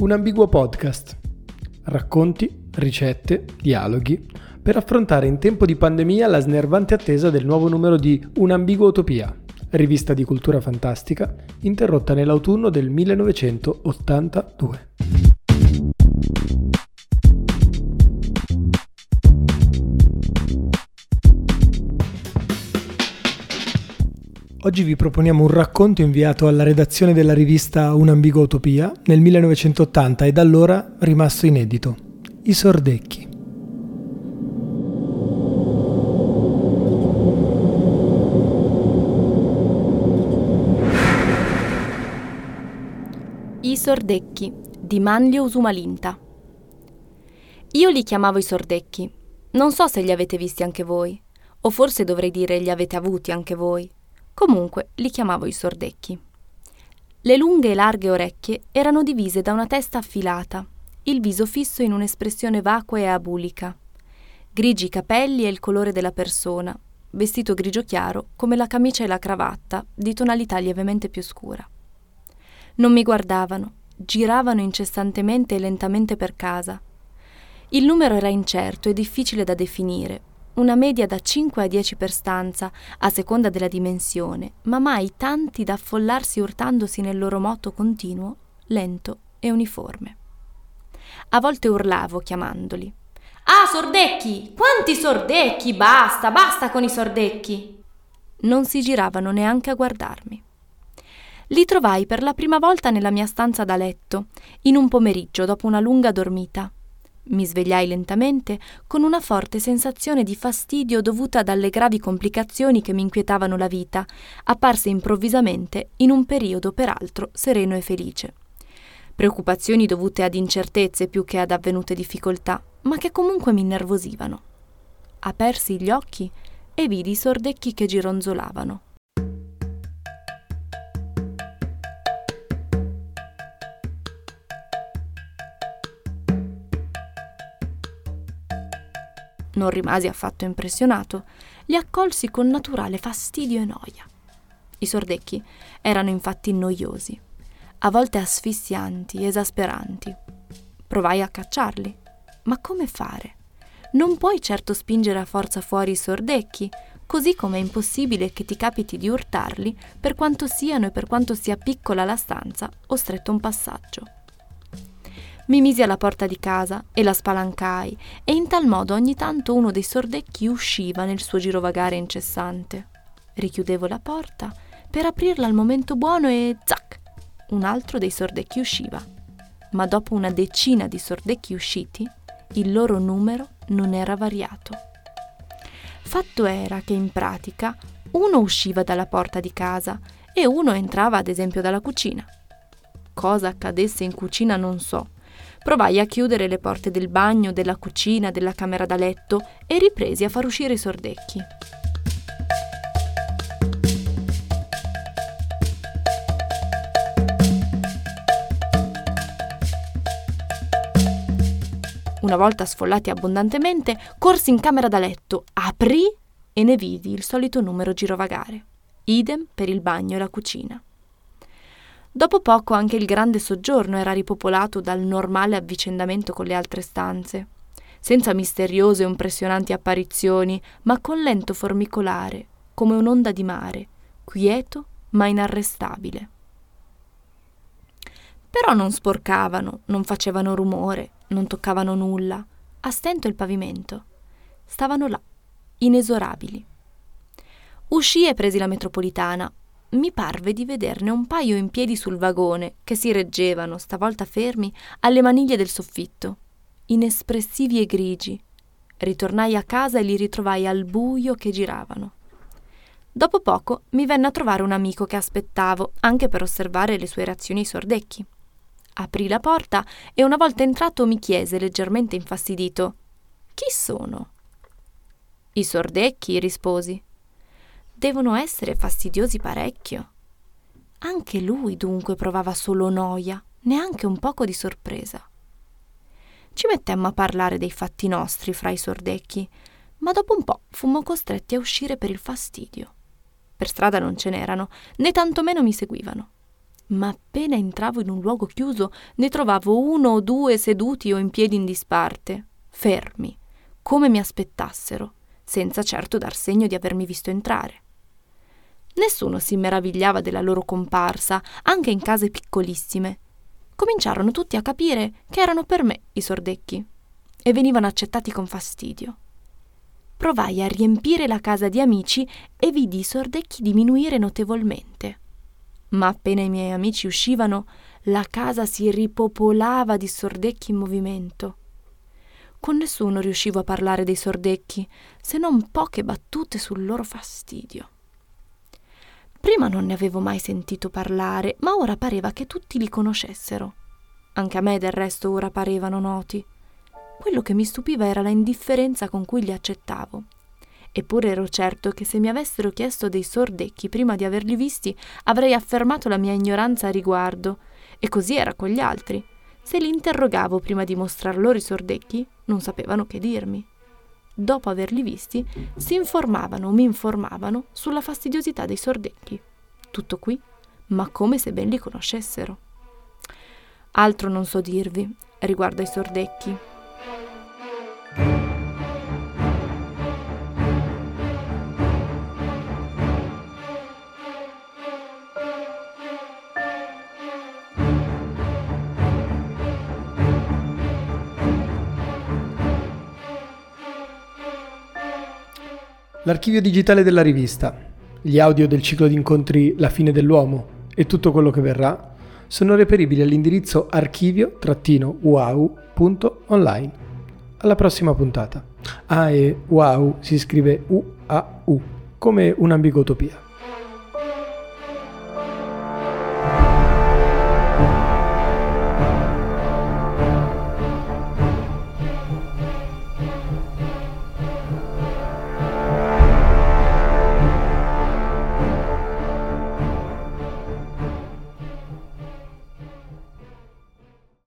Un ambiguo podcast. Racconti, ricette, dialoghi per affrontare in tempo di pandemia la snervante attesa del nuovo numero di Un'ambigua utopia, rivista di cultura fantastica interrotta nell'autunno del 1982. Oggi vi proponiamo un racconto inviato alla redazione della rivista Un'ambigua utopia nel 1980 e da allora rimasto inedito. I Sordecchi. I Sordecchi di Manlio Usumalinta. Io li chiamavo i Sordecchi. Non so se li avete visti anche voi, o forse dovrei dire li avete avuti anche voi. Comunque li chiamavo i Sordecchi. Le lunghe e larghe orecchie erano divise da una testa affilata, il viso fisso in un'espressione vacua e abulica, grigi capelli e il colore della persona, vestito grigio chiaro come la camicia e la cravatta, di tonalità lievemente più scura. Non mi guardavano, giravano incessantemente e lentamente per casa. Il numero era incerto e difficile da definire, una media da 5 a 10 per stanza, a seconda della dimensione, ma mai tanti da affollarsi urtandosi nel loro moto continuo, lento e uniforme. A volte urlavo chiamandoli. «Ah, Sordecchi! Quanti Sordecchi! Basta, basta con i Sordecchi!» Non si giravano neanche a guardarmi. Li trovai per la prima volta nella mia stanza da letto, in un pomeriggio dopo una lunga dormita. Mi svegliai lentamente con una forte sensazione di fastidio dovuta dalle gravi complicazioni che mi inquietavano la vita, apparse improvvisamente in un periodo peraltro sereno e felice. Preoccupazioni dovute ad incertezze più che ad avvenute difficoltà, ma che comunque mi innervosivano. Apersi gli occhi e vidi i Sordecchi che gironzolavano. Non rimasi affatto impressionato, li accolsi con naturale fastidio e noia. I Sordecchi erano infatti noiosi, a volte asfissianti, esasperanti. Provai a cacciarli, ma come fare? Non puoi certo spingere a forza fuori i Sordecchi, così come è impossibile che ti capiti di urtarli per quanto siano e per quanto sia piccola la stanza o stretto un passaggio. Mi misi alla porta di casa e la spalancai e in tal modo ogni tanto uno dei Sordecchi usciva nel suo girovagare incessante. Richiudevo la porta per aprirla al momento buono e zac! Un altro dei Sordecchi usciva. Ma dopo una decina di Sordecchi usciti, il loro numero non era variato. Fatto era che in pratica uno usciva dalla porta di casa e uno entrava ad esempio dalla cucina. Cosa accadesse in cucina non so. Provai a chiudere le porte del bagno, della cucina, della camera da letto e ripresi a far uscire i Sordecchi. Una volta sfollati abbondantemente, corsi in camera da letto, aprì e ne vidi il solito numero girovagare. Idem per il bagno e la cucina. Dopo poco anche il grande soggiorno era ripopolato dal normale avvicendamento con le altre stanze, senza misteriose o impressionanti apparizioni, ma con lento formicolare, come un'onda di mare, quieto ma inarrestabile. Però non sporcavano, non facevano rumore, non toccavano nulla, a stento il pavimento. Stavano là, inesorabili. Uscii e presi la metropolitana. Mi parve di vederne un paio in piedi sul vagone, che si reggevano, stavolta fermi, alle maniglie del soffitto, inespressivi e grigi. Ritornai a casa e li ritrovai al buio che giravano. Dopo poco mi venne a trovare un amico che aspettavo, anche per osservare le sue reazioni ai Sordecchi. Aprì la porta e una volta entrato mi chiese, leggermente infastidito: «Chi sono?» «I Sordecchi», risposi. «Devono essere fastidiosi parecchio». Anche lui dunque provava solo noia, neanche un poco di sorpresa. Ci mettemmo a parlare dei fatti nostri fra i Sordecchi, ma dopo un po' fummo costretti a uscire per il fastidio. Per strada non ce n'erano, né tantomeno mi seguivano. ma appena entravo in un luogo chiuso ne trovavo 1 o 2 seduti o in piedi in disparte, fermi, come mi aspettassero, senza certo dar segno di avermi visto entrare. Nessuno si meravigliava della loro comparsa, anche in case piccolissime. Cominciarono tutti a capire che erano per me i sordecchi e venivano accettati con fastidio. Provai a riempire la casa di amici e vidi i sordecchi diminuire notevolmente. Ma appena i miei amici uscivano, la casa si ripopolava di sordecchi in movimento. Con nessuno riuscivo a parlare dei sordecchi, se non poche battute sul loro fastidio. Prima non ne avevo mai sentito parlare, ma ora pareva che tutti li conoscessero. Anche a me del resto ora parevano noti. Quello che mi stupiva era la indifferenza con cui li accettavo. Eppure ero certo che se mi avessero chiesto dei sordecchi prima di averli visti, avrei affermato la mia ignoranza a riguardo, e così era con gli altri. Se li interrogavo prima di mostrar loro i sordecchi, non sapevano che dirmi. Dopo averli visti, si informavano o mi informavano sulla fastidiosità dei sordecchi. Tutto qui, ma come se ben li conoscessero. Altro non so dirvi riguardo ai sordecchi. L'archivio digitale della rivista, gli audio del ciclo di incontri La fine dell'uomo e tutto quello che verrà sono reperibili all'indirizzo archivio-wow.online. Alla prossima puntata. E wow si scrive UAU, come un'ambigua utopia.